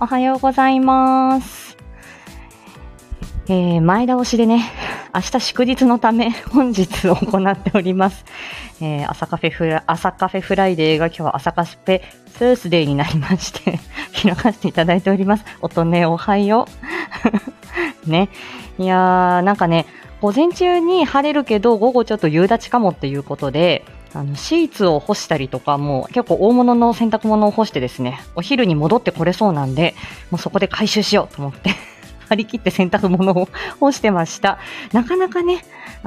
おはようございます。前倒しでね、明日祝日のため本日行っております。朝カフェフライデーが今日は朝カフェスースデーになりまして開かせていただいております。音ね、おはようね。いやー、なんかね、午前中に晴れるけど午後ちょっと夕立かもっていうことで、シーツを干したりとかも結構大物の洗濯物を干してですね、お昼に戻ってこれそうなんで、もうそこで回収しようと思って張り切って洗濯物を干してました。なかなかね、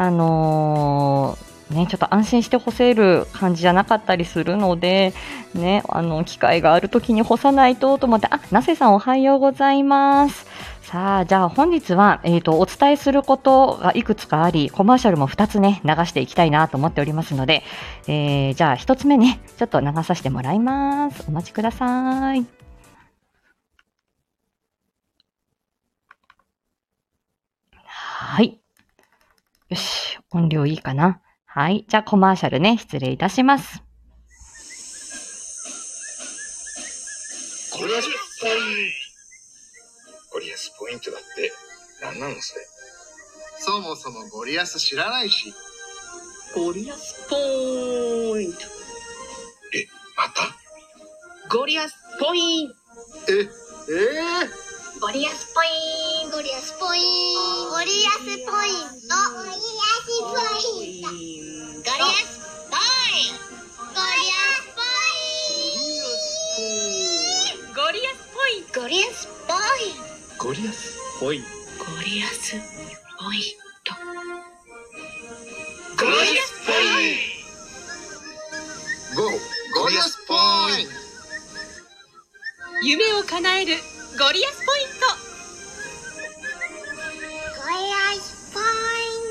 ね、ちょっと安心して干せる感じじゃなかったりするので、ね、機会がある時に干さないとと思って、なせさんおはようございます。さあ、じゃあ本日は、お伝えすることがいくつかあり、コマーシャルも2つね、流していきたいなと思っておりますので、じゃあ1つ目ね、ちょっと流させてもらいます。お待ちください。はい。よし、音量いいかな。はい。じゃあコマーシャルね、失礼いたします。 ゴリアスポイントだって何なのそれ。 そもそもゴリアス知らないし。 ゴリアスポイント。 またゴリアスポイント。 ゴリアスポイント。ゴリアスポイント。ゴリアスポイント。ゴリアスポイント。ゴリアスポイント。ゴリアスポイント。 ゴリアスポイント。 ゴリアスポイント。 ゴリアスポイント。 ゴリアスポイント。 ゴリアスポイント。 ゴリアスポイント。 夢を叶えるゴリアスポイント。 ゴリアスポイン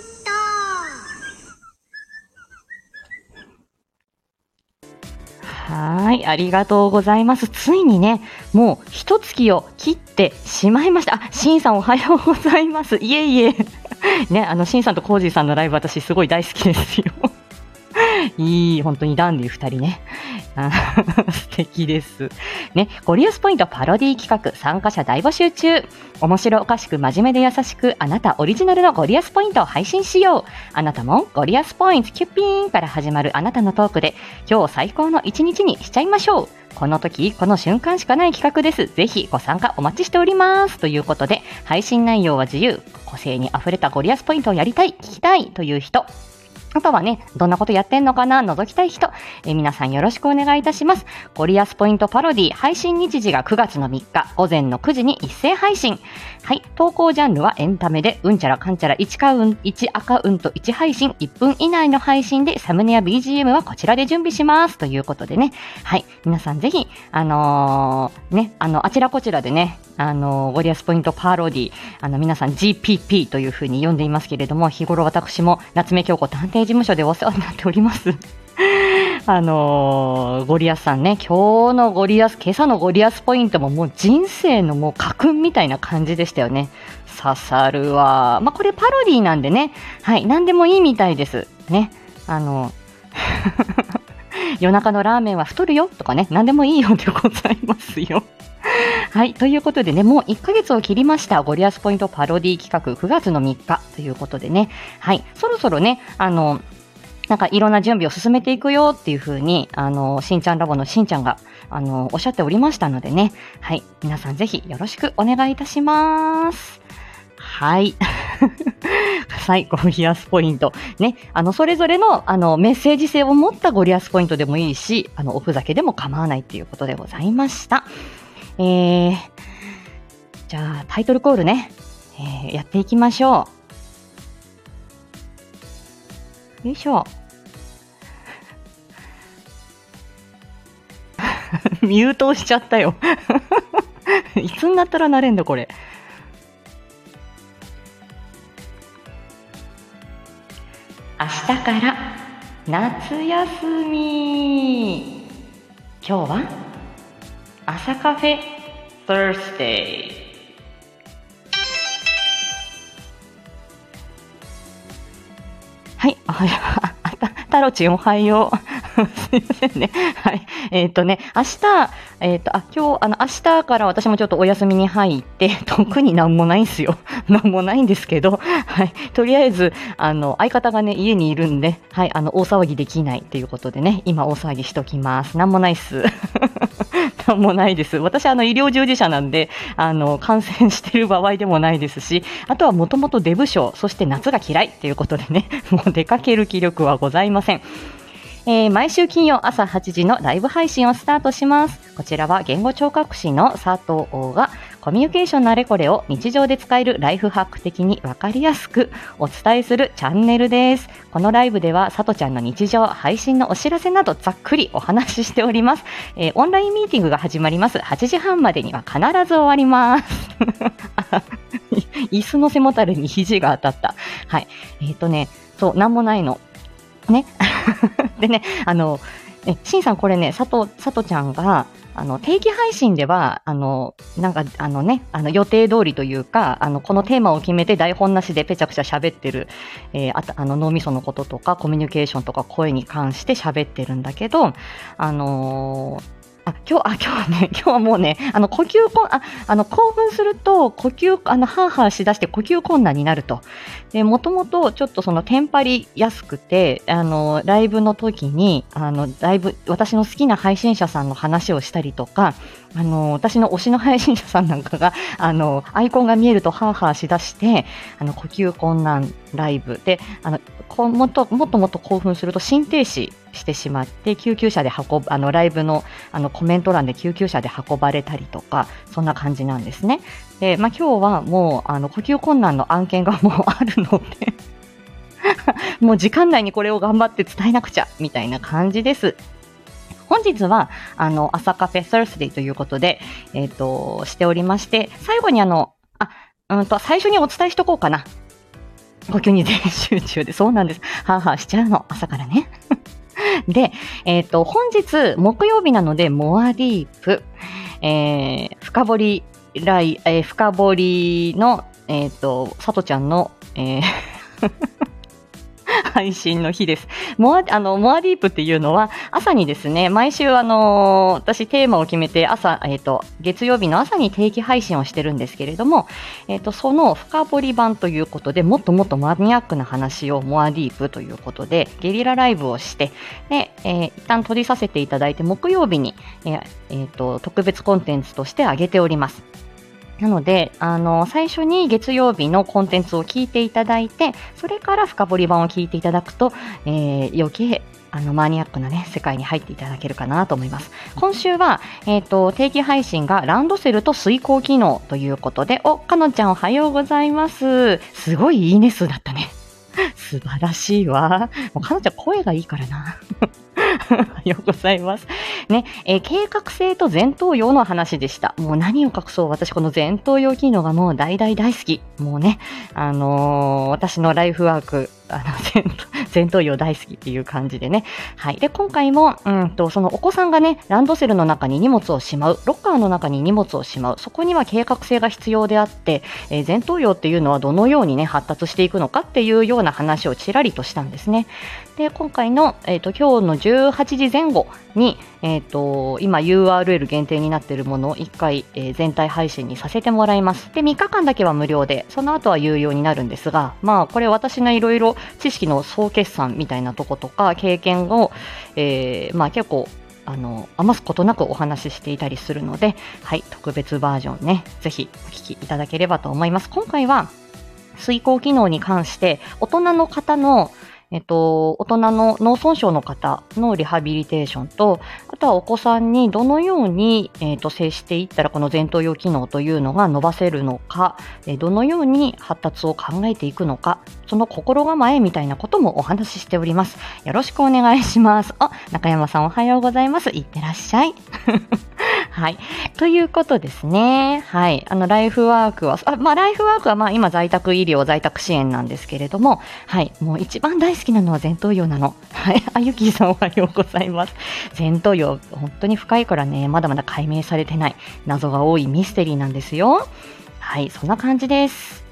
ト。 はい、ありがとうございます。ついにね、もう一月を切ってしまいました。しんさんおはようございます。いえいえ。ね、しんさんとコージーさんのライブ私すごい大好きですよ。本当にダンディ2人ね。素敵です。ね、ゴリアスポイントパロディ企画参加者大募集中。面白おかしく真面目で優しくあなたオリジナルのゴリアスポイントを配信しよう。あなたもゴリアスポイントキュッピーンから始まるあなたのトークで今日最高の一日にしちゃいましょう。この時、この瞬間しかない企画です。ぜひご参加お待ちしております。ということで、配信内容は自由。個性に溢れたゴリアスポイントをやりたい、聞きたいという人。あとはね、どんなことやってんのかな、覗きたい人、皆さんよろしくお願いいたします。ゴリアスポイントパロディ配信日時が9月の3日午前の9時に一斉配信。はい、投稿ジャンルはエンタメで、うんちゃらかんちゃら1アカウント1配信、1分以内の配信でサムネや BGM はこちらで準備しますということでね。はい、皆さんぜひあちらこちらでね、ゴリアスポイントパロディ、皆さん GPP というふうに呼んでいますけれども、日頃私も夏目京子探偵事務所でお世話になっております。ゴリアスさんね、今朝のゴリアスポイントももう人生のもう家訓みたいな感じでしたよね。刺さるわ。これパロディなんでね、はい、何でもいいみたいですね。夜中のラーメンは太るよとかね、何でもいいよでございますよ。はい、ということでね、もう1ヶ月を切りました。ゴリアスポイントパロディ企画9月の3日ということでね、はい、そろそろね、なんかいろんな準備を進めていくよっていう風に、しんちゃんラボのしんちゃんが、おっしゃっておりましたのでね、はい、皆さんぜひよろしくお願いいたします。はい。はい、ゴリアスポイント。ね、それぞれの、メッセージ性を持ったゴリアスポイントでもいいし、おふざけでも構わないっていうことでございました。じゃあ、タイトルコールね、やっていきましょう。よいしょ。ミュートしちゃったよ。いつになったらなれんだ、これ。明日から夏休み。今日は朝カフェ Thursday。はい、おはよう。タロチンおはよう。すすいませんね。はい。明日、明日から私もちょっとお休みに入って、特になんもないんですよ。なんもないんですけど、はい。とりあえず、相方がね、家にいるんで、はい。大騒ぎできないということでね、今大騒ぎしときます。なんもないっす。なんもないです。私、医療従事者なんで、感染してる場合でもないですし、あとはもともとデブ症、そして夏が嫌いということでね、もう出かける気力はございません。毎週金曜朝8時のライブ配信をスタートします。こちらは言語聴覚士の佐藤がコミュニケーションのあれこれを日常で使えるライフハック的にわかりやすくお伝えするチャンネルです。このライブでは佐藤ちゃんの日常、配信のお知らせなどざっくりお話ししております。オンラインミーティングが始まります。8時半までには必ず終わります。椅子の背もたれに肘が当たった。はい。そう、なんもないの。ね。でね、しんさんこれね、佐藤ちゃんが、定期配信では、予定通りというか、このテーマを決めて台本なしでぺちゃくちゃ喋ってる、脳みそのこととか、コミュニケーションとか声に関して喋ってるんだけど、今日はもうね、興奮すると、ハーハーしだして呼吸困難になると。で、もともとちょっとテンパりやすくて、ライブの時に、私の好きな配信者さんの話をしたりとか、私の推しの配信者さんなんかが、アイコンが見えるとハーハーしだして、呼吸困難ライブで、もっと興奮すると心停止してしまって、救急車でライブの、コメント欄で救急車で運ばれたりとか、そんな感じなんですね。で、今日はもう、呼吸困難の案件がもうあるので、もう時間内にこれを頑張って伝えなくちゃ、みたいな感じです。本日は、朝カフェ Thursday ということで、しておりまして、最後に最初にお伝えしとこうかな。呼吸に全集中で、そうなんです。ハーハーしちゃうの、朝からね。で、本日、木曜日なので、モアディープ、深掘りの、さとちゃんの、配信の日です。モアディープっていうのは、朝にですね、毎週私テーマを決めて月曜日の朝に定期配信をしてるんですけれども、その深掘り版ということで、もっともっとマニアックな話をモアディープということで、ゲリラライブをして、で、一旦取りさせていただいて、木曜日に、特別コンテンツとして上げております。なので、最初に月曜日のコンテンツを聞いていただいて、それから深掘り版を聞いていただくと、余計、マニアックなね、世界に入っていただけるかなと思います。今週は、定期配信がランドセルと遂行機能ということで、かのちゃんおはようございます。すごいいいね数だったね。素晴らしいわ。もうかのちゃん声がいいからな。おはようございます。ね、計画性と前頭葉の話でした。もう何を隠そう、私この前頭葉機能がもう大好き。もうね、私のライフワーク、前頭葉大好きっていう感じでね。はい。で、今回も、そのお子さんがね、ランドセルの中に荷物をしまう、ロッカーの中に荷物をしまう、そこには計画性が必要であって、前頭葉っていうのはどのようにね、発達していくのかっていうような話をちらりとしたんですね。で、今回の、今日の18時前後に、今 URL 限定になっているものを1回、全体配信にさせてもらいます。で、3日間だけは無料で、その後は有料になるんですが、まあ、これ私のいろいろ知識の総決算みたいなとことか、経験を、結構、余すことなくお話ししていたりするので、はい、特別バージョンね、ぜひお聞きいただければと思います。今回は、遂行機能に関して、大人の方の大人の脳損傷の方のリハビリテーションと、あとはお子さんにどのように、接していったらこの前頭葉機能というのが伸ばせるのか、どのように発達を考えていくのか、その心構えみたいなこともお話ししております。よろしくお願いします。中山さんおはようございます。いってらっしゃい。はい。ということですね。はい。ライフワークは、今在宅医療、在宅支援なんですけれども、はい。もう一番大好きなのは前頭葉なの。はい。ゆきさんおはようございます。前頭葉、本当に深いからね、まだまだ解明されてない謎が多いミステリーなんですよ。はい。そんな感じです。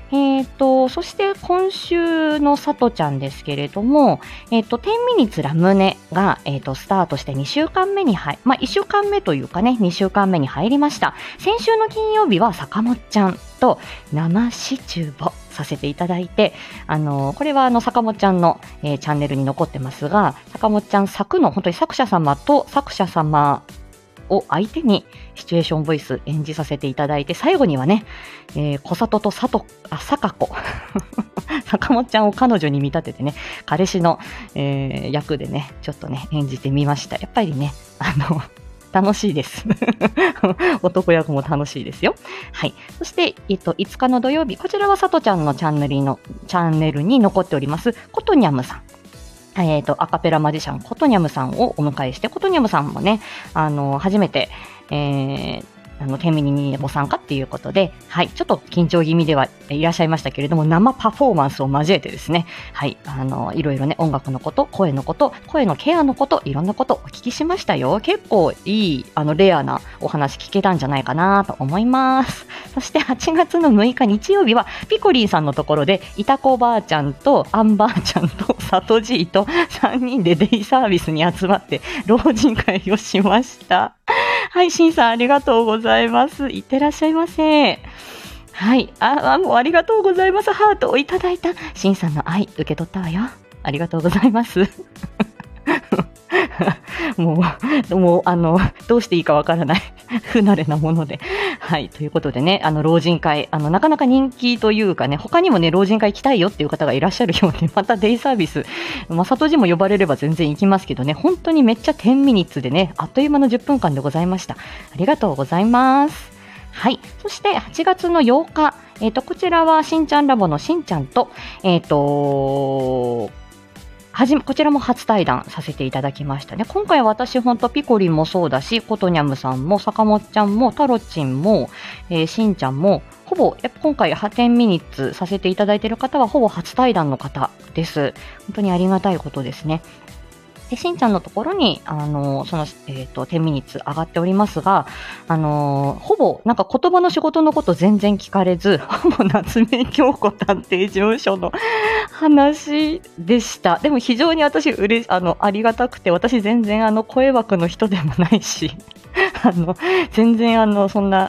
そして今週のさとちゃんですけれども、10ミニッツラムネが、スタートして2週間目に1週間目というかね、2週間目に入りました。先週の金曜日は坂本ちゃんと生シチューをさせていただいて、これは坂本ちゃんの、チャンネルに残ってますが、坂本ちゃん作の本当に作者様と作者様を相手にシチュエーションボイス演じさせていただいて、最後にはね、小里と坂子坂本ちゃんを彼女に見立ててね、彼氏の、役でね、ちょっとね演じてみました。やっぱりね、楽しいです男役も楽しいですよ。はい。そして、5日の土曜日、こちらはさとちゃんのチャンネルに残っておりますコトニャムさん、アカペラマジシャンコトニャムさんをお迎えして、コトニャムさんもね、初めて、10ミニにご参加っていうことで、はい、ちょっと緊張気味ではいらっしゃいましたけれども、生パフォーマンスを交えてですね、はい、いろいろね、音楽のこと、声のこと、声のケアのこと、いろんなことお聞きしましたよ。結構いい、レアなお話聞けたんじゃないかなと思います。そして8月の6日日曜日は、ピコリンさんのところで、いたこばあちゃんと、アンばあちゃんと、さとじいと3人でデイサービスに集まって、老人会をしました。はい、しんさんありがとうございます。いってらっしゃいませ。はい、もうありがとうございます。ハートをいただいた。しんさんの愛、受け取ったわよ。ありがとうございます。もう、どうしていいかわからない。不慣れなもので。はい。ということでね、老人会、なかなか人気というかね、他にもね、老人会行きたいよっていう方がいらっしゃるようで、またデイサービス、さとじも呼ばれれば全然行きますけどね、本当にめっちゃ10ミニッツでね、あっという間の10分間でございました。ありがとうございます。はい。そして、8月の8日、こちらは、しんちゃんラボのしんちゃんと、こちらも初対談させていただきましたね。今回は私ほんとピコリンもそうだし、コトニャムさんも坂本ちゃんもタロチンも、しんちゃんもほぼ今回10ミニッツさせていただいている方はほぼ初対談の方です。本当にありがたいことですね。で、しんちゃんのところに、10ミニッツ上がっておりますが、ほぼ、なんか言葉の仕事のこと全然聞かれず、ほぼ夏目京子探偵事務所の話でした。でも非常に私、ありがたくて、私全然声枠の人でもないし、全然そんな、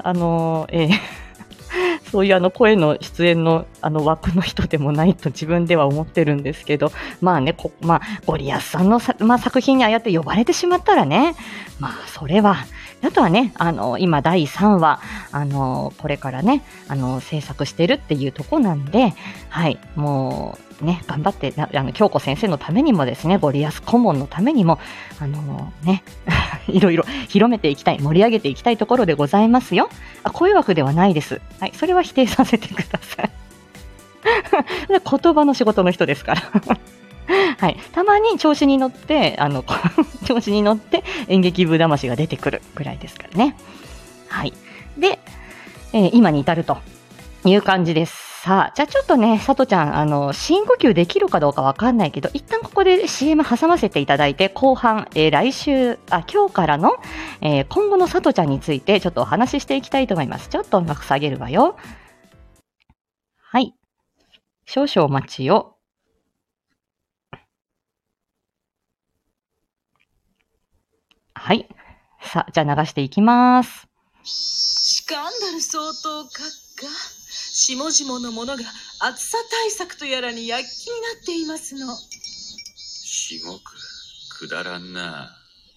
そういう声の出演の枠の人でもないと自分では思ってるんですけど、まあね、ゴリアスさんの作品にああやって呼ばれてしまったらね、まあそれは、あとはね、今第3話、これからね、制作してるっていうとこなんで、はい、もうね、頑張って、京子先生のためにもですね、ゴリアス顧問のためにも、ね、いろいろ広めていきたい、盛り上げていきたいところでございますよ。声枠ではないです。はい、それは否定させてください。言葉の仕事の人ですから。はい、たまに調子に乗って演劇部魂が出てくるぐらいですからね。はい。で、今に至るという感じです。さあ、じゃあちょっとね、さとちゃん、深呼吸できるかどうかわかんないけど、一旦ここで CM 挟ませていただいて、後半、今日からの、今後のさとちゃんについてちょっとお話ししていきたいと思います。ちょっと音楽下げるわよ。はい。少々お待ちを。はい。さあ、じゃあ流していきます。 スカンダル相当閣下。下々の者が暑さ対策とやらに躍起になっていますの。 しごくくだらんな。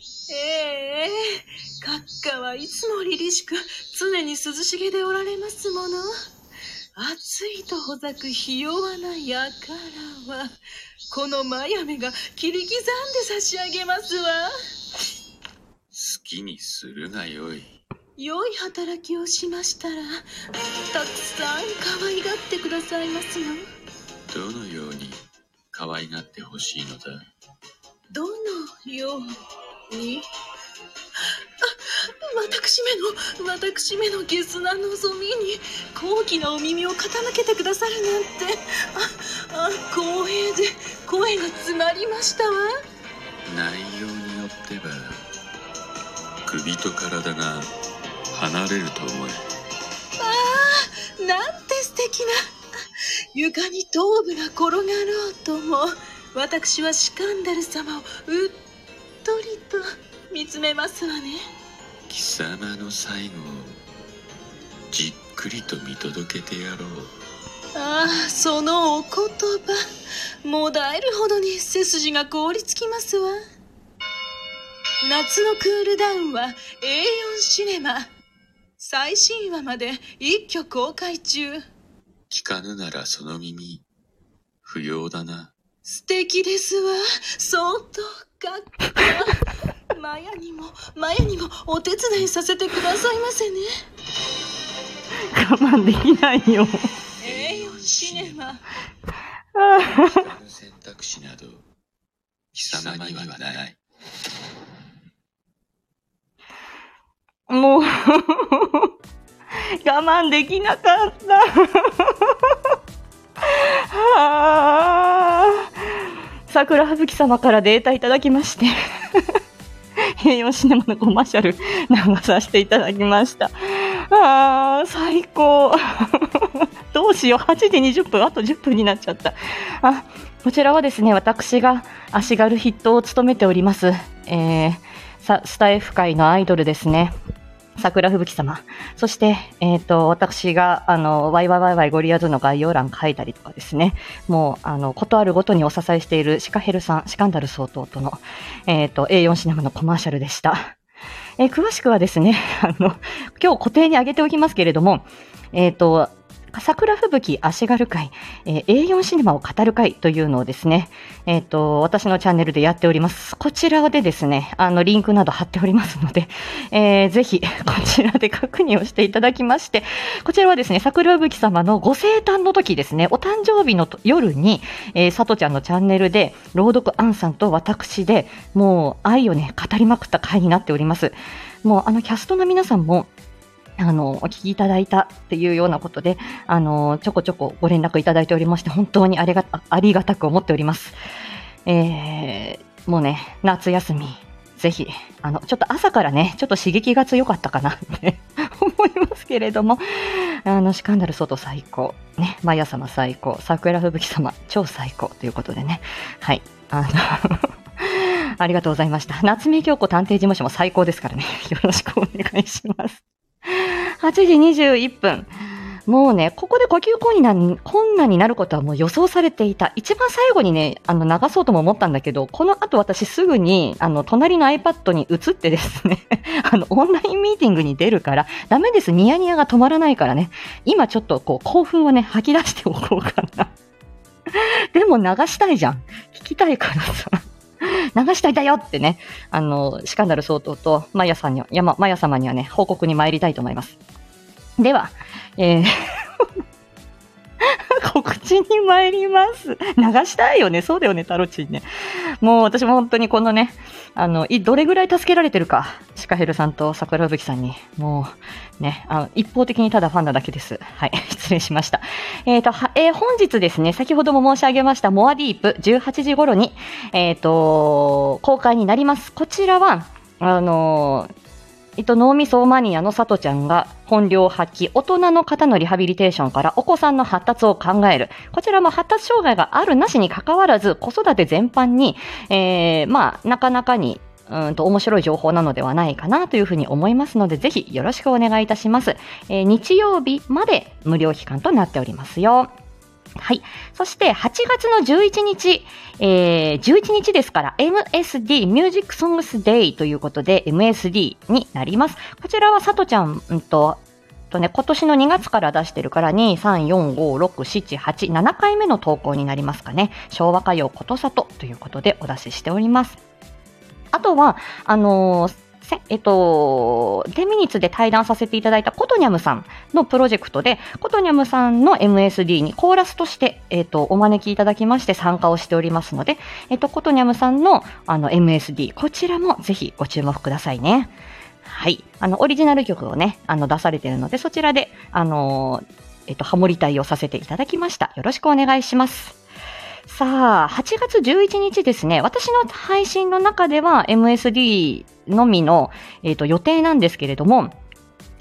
閣下はいつも凛々しく常に涼しげでおられますもの。暑いとほざくひ弱な輩はこのマヤメが切り刻んで差し上げますわ。 好きにするがよい。 良い働きをしましたらたくさん可愛がってくださいますの。 どのように可愛がってほしいのだ。 どのように。私めのゲスな望みに高貴なお耳を傾けてくださるなんて、光栄で声が詰まりましたわ。 内容によっては首と体が離れると思え。 なんて素敵な。 床に頭部が転がろうとも、私はシカンダル様をうっとりと見つめますわね。 貴様の最後をじっくりと見届けてやろう。 ああ、そのお言葉、もだえるほどに背筋が凍りつきますわ。夏のクールダウンは A4 シネマ最新話まで一挙公開中。 聞かぬならその耳不要だな。 素敵ですわ。相当かっこマヤにもお手伝いさせてくださいませね。 我慢できないよ。 A4 シネマ。 選択肢など貴様にはない。 もう我慢できなかった。桜吹雪様からデータいただきましてA4シネマのコマーシャル流させていただきました。最高どうしよう、8時20分あと10分になっちゃった。こちらはですね、私が足軽筆頭を務めております、スタイフ界のアイドルですね、桜吹雪様。そして、私が、ワイゴリアズの概要欄書いたりとかですね、もう、ことあるごとにお支えしているシカヘルさん、シカンダル総統との、A4 シネマのコマーシャルでした。詳しくはですね、今日固定に上げておきますけれども、桜吹雪足軽会、A4 シネマを語る会というのをですね、私のチャンネルでやっております。こちらでですね、リンクなど貼っておりますので、ぜひこちらで確認をしていただきまして、こちらはですね、桜吹雪様のご生誕の時ですね、お誕生日の夜に、さとちゃんのチャンネルで朗読アンさんと私でもう愛をね語りまくった回になっております。もうキャストの皆さんもお聞きいただいたっていうようなことで、ちょこちょこご連絡いただいておりまして、本当にありがたく思っております。もうね、夏休み、ぜひ、ちょっと朝からね、ちょっと刺激が強かったかなって思いますけれども、シカンダル外最高、ね、マヤ様最高、桜吹雪様超最高ということでね、はい、ありがとうございました。夏目京子探偵事務所も最高ですからね、よろしくお願いします。8時21分。もうね、ここで呼吸困難になることはもう予想されていた。一番最後にね、流そうとも思ったんだけど、この後私すぐに、隣の iPad に移ってですね、オンラインミーティングに出るから、ダメです。ニヤニヤが止まらないからね。今ちょっとこう、興奮をね、吐き出しておこうかな。でも流したいじゃん。聞きたいからさ。流したいだよってね、シカンダル総統とマヤ様にはね、報告に参りたいと思います。では、告知に参ります。流したいよね。そうだよね、タロチンね。もう私も本当にこのね、どれぐらい助けられてるか、シカヘルさんと桜吹さんに、もうね、一方的にただファンなだけです。はい、失礼しました。本日ですね、先ほども申し上げましたモアディープ18時頃に、公開になります。こちらは、脳みそマニアのさとちゃんが本領発揮、大人の方のリハビリテーションからお子さんの発達を考える。こちらも発達障害があるなしに関わらず、子育て全般に、なかなかに面白い情報なのではないかなというふうに思いますので、ぜひよろしくお願いいたします。日曜日まで無料期間となっておりますよ。はい。そして8月の11日、11日ですから MSD Music Songs Day ということで MSD になります。こちらはさとちゃんとね、今年の2月から出してるから2、3、4、5、6、7、8、7回目の投稿になりますかね。昭和歌謡ことさとということでお出ししております。あとは、10ミニッツで対談させていただいたコトニャムさんのプロジェクトで、コトニャムさんの MSD にコーラスとして、お招きいただきまして参加をしておりますので、コトニャムさんの、MSD、こちらもぜひご注目くださいね。はい。オリジナル曲をね、出されているので、そちらで、ハモリ隊をさせていただきました。よろしくお願いします。さあ、8月11日ですね、私の配信の中では MSD のみの、予定なんですけれども、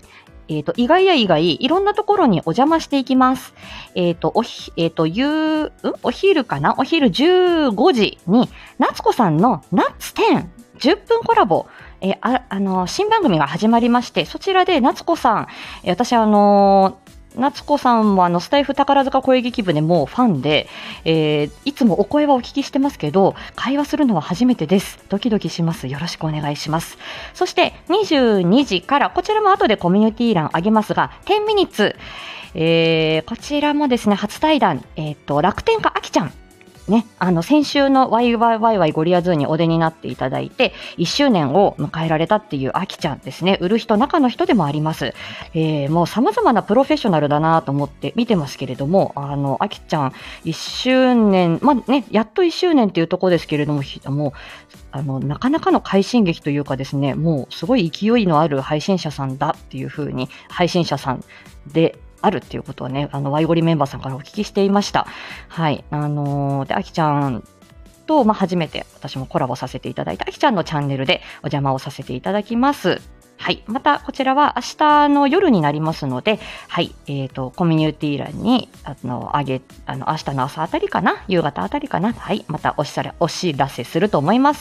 意外や意外、いろんなところにお邪魔していきます。お昼かな？お昼15時に、夏子さんのナッツ10、10分コラボ、新番組が始まりまして、そちらで夏子さん、私夏子さんもスタイフ宝塚声劇部でもうファンで、いつもお声はお聞きしてますけど、会話するのは初めてです。ドキドキします。よろしくお願いします。そして22時から、こちらも後でコミュニティ欄あげますが、10ミニッツ、こちらもですね、初対談、楽天家あきちゃん。ね、先週のワイワイワイワイゴリアズーにお出になっていただいて、1周年を迎えられたっていうあきちゃんですね。売る人、中の人でもあります。もう様々なプロフェッショナルだなと思って見てますけれども、あきちゃん、1周年、やっと1周年っていうところですけれども、もう、なかなかの快進撃というかですね、もうすごい勢いのある配信者さんだっていう風に、配信者さんで、あるっていうことはね、ワイゴリメンバーさんからお聞きしていました。はい。で、あきちゃんと、初めて私もコラボさせていただいたあきちゃんのチャンネルでお邪魔をさせていただきます。はい。また、こちらは明日の夜になりますので、はい。コミュニティ欄に、明日の朝あたりかな？夕方あたりかな？はい。またお知らせすると思います。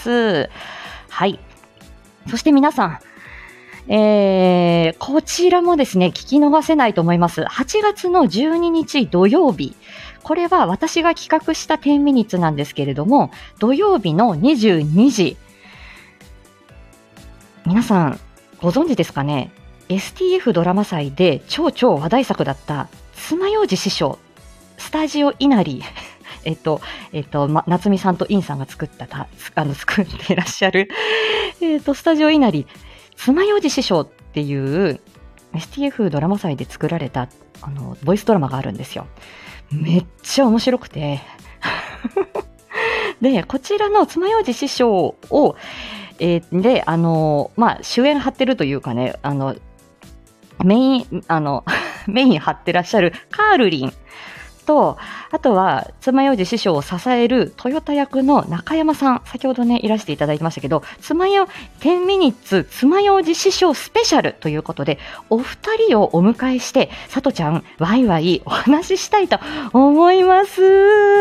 はい。そして皆さん、こちらもですね、聞き逃せないと思います。8月の12日土曜日。これは私が企画した10ミニッツなんですけれども、土曜日の22時。皆さん、ご存知ですかね？ STF ドラマ祭で超話題作だった爪楊枝師匠、スタジオ稲荷。夏美さんとインさんが作っていらっしゃる、スタジオ稲荷。爪楊枝師匠っていう STF ドラマ祭で作られたボイスドラマがあるんですよ。めっちゃ面白くてで、こちらの爪楊枝師匠を、主演張ってるというかね、メイン張ってらっしゃるカールリンと、あとは、爪楊枝師匠を支えるトヨタ役の中山さん、先ほどね、いらしていただいてましたけど、10ミニッツ爪楊枝師匠スペシャルということで、お二人をお迎えして、さとちゃん、ワイワイお話ししたいと思います。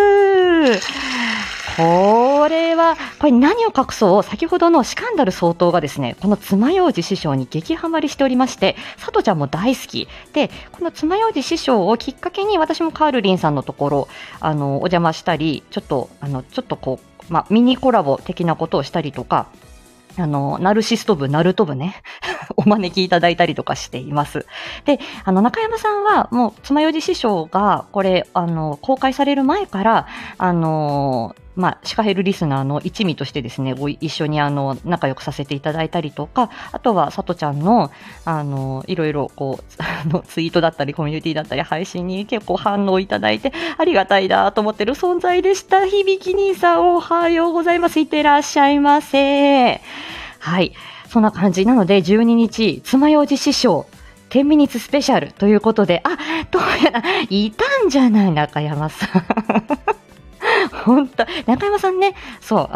これ何を隠そう、先ほどのシカンダル総統がですね、この爪楊枝師匠に激ハマりしておりまして、さとちゃんも大好きで、この爪楊枝師匠をきっかけに私もカールリンさんのところお邪魔したり、ちょっとこう、ミニコラボ的なことをしたりとか、ナルシスト部、ナルト部ね、お招きいただいたりとかしています。で、中山さんはもう、爪楊枝師匠が、これ、公開される前から、シカヘルリスナーの一味としてですね、一緒に仲良くさせていただいたりとか、あとは、さとちゃんの、いろいろ、こう、ツイートだったり、コミュニティだったり、配信に結構反応いただいて、ありがたいなと思ってる存在でした。響き兄さん、おはようございます。いってらっしゃいませ。はい。そんな感じなので、12日、爪楊枝師匠、10ミニッツスペシャルということで、どうやら、いたんじゃない、中山さん。本当、中山さんね、そう、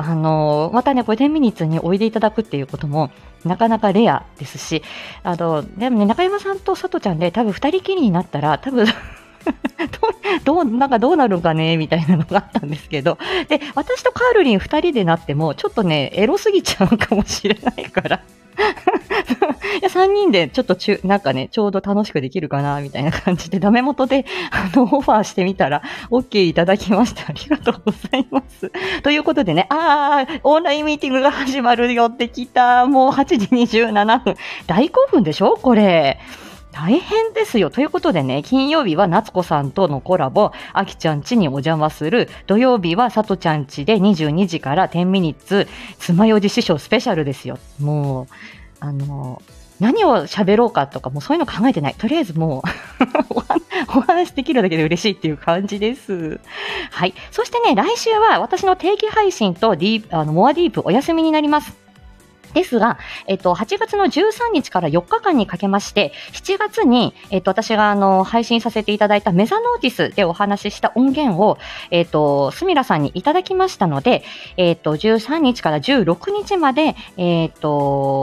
またね、これ10ミニッツにおいでいただくっていうことも、なかなかレアですし、でもね、中山さんとさとちゃんで多分二人きりになったら、多分、どうなるかねみたいなのがあったんですけど、で、私とカールリン2人でなっても、ちょっとね、エロすぎちゃうかもしれないから、いや、3人でちょっとなんかね、ちょうど楽しくできるかな、みたいな感じで、ダメ元で、オファーしてみたら、OK いただきました。ありがとうございます。ということでね、オンラインミーティングが始まるよってきた。もう8時27分。大興奮でしょこれ。大変ですよ。ということでね、金曜日は夏子さんとのコラボ、あきちゃん家にお邪魔する。土曜日はさとちゃん家で22時から10ミニッツ、爪楊枝師匠スペシャルですよ。もう、何を喋ろうかとか、もうそういうの考えてない。とりあえずもうお話できるだけで嬉しいっていう感じです。はい。そしてね、来週は私の定期配信とモアディープお休みになります。ですが、8月の13日から4日間にかけまして、7月に、私が配信させていただいたメザノーティスでお話しした音源を、スミラさんにいただきましたので、13日から16日まで、3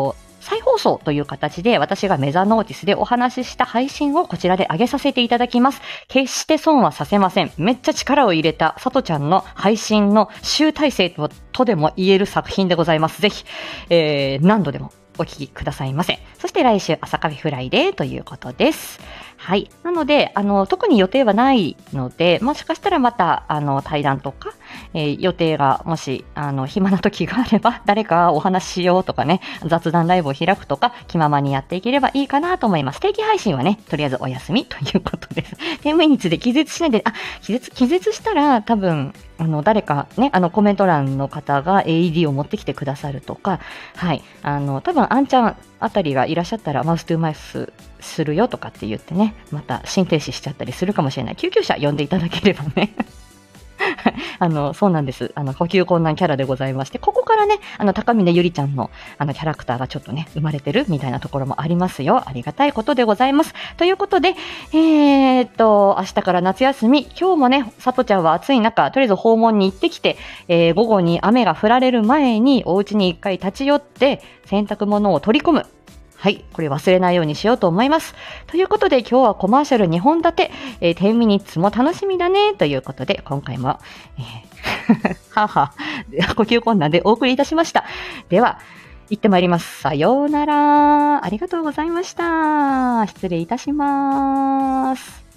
再放送という形で私がメザノーティスでお話しした配信をこちらで上げさせていただきます。決して損はさせません。めっちゃ力を入れたさとちゃんの配信の集大成とでも言える作品でございます。ぜひ、何度でもお聞きくださいませ。そして来週朝カフェフライデーということです。はい。なので、特に予定はないので、もしかしたらまた、対談とか、予定がもし、暇な時があれば、誰かお話ししようとかね、雑談ライブを開くとか、気ままにやっていければいいかなと思います。定期配信はね、とりあえずお休みということです。10ミニッツで気絶しないで、気絶したら多分、誰かね、コメント欄の方が AED を持ってきてくださるとか、はい。多分、あんちゃんあたりがいらっしゃったら、マウストゥーマウスするよとかって言ってね、また心停止しちゃったりするかもしれない。救急車呼んでいただければね。そうなんです。呼吸困難キャラでございまして、ここからね、高峰ゆりちゃんの、キャラクターがちょっとね、生まれてるみたいなところもありますよ。ありがたいことでございます。ということで、明日から夏休み、今日もね、さとちゃんは暑い中、とりあえず訪問に行ってきて、午後に雨が降られる前に、お家に一回立ち寄って、洗濯物を取り込む。はい。これ忘れないようにしようと思います。ということで今日はコマーシャル2本立て、10ミニッツも楽しみだね。ということで今回も、呼吸困難でお送りいたしました。では、行ってまいります。さようなら。ありがとうございました。失礼いたします。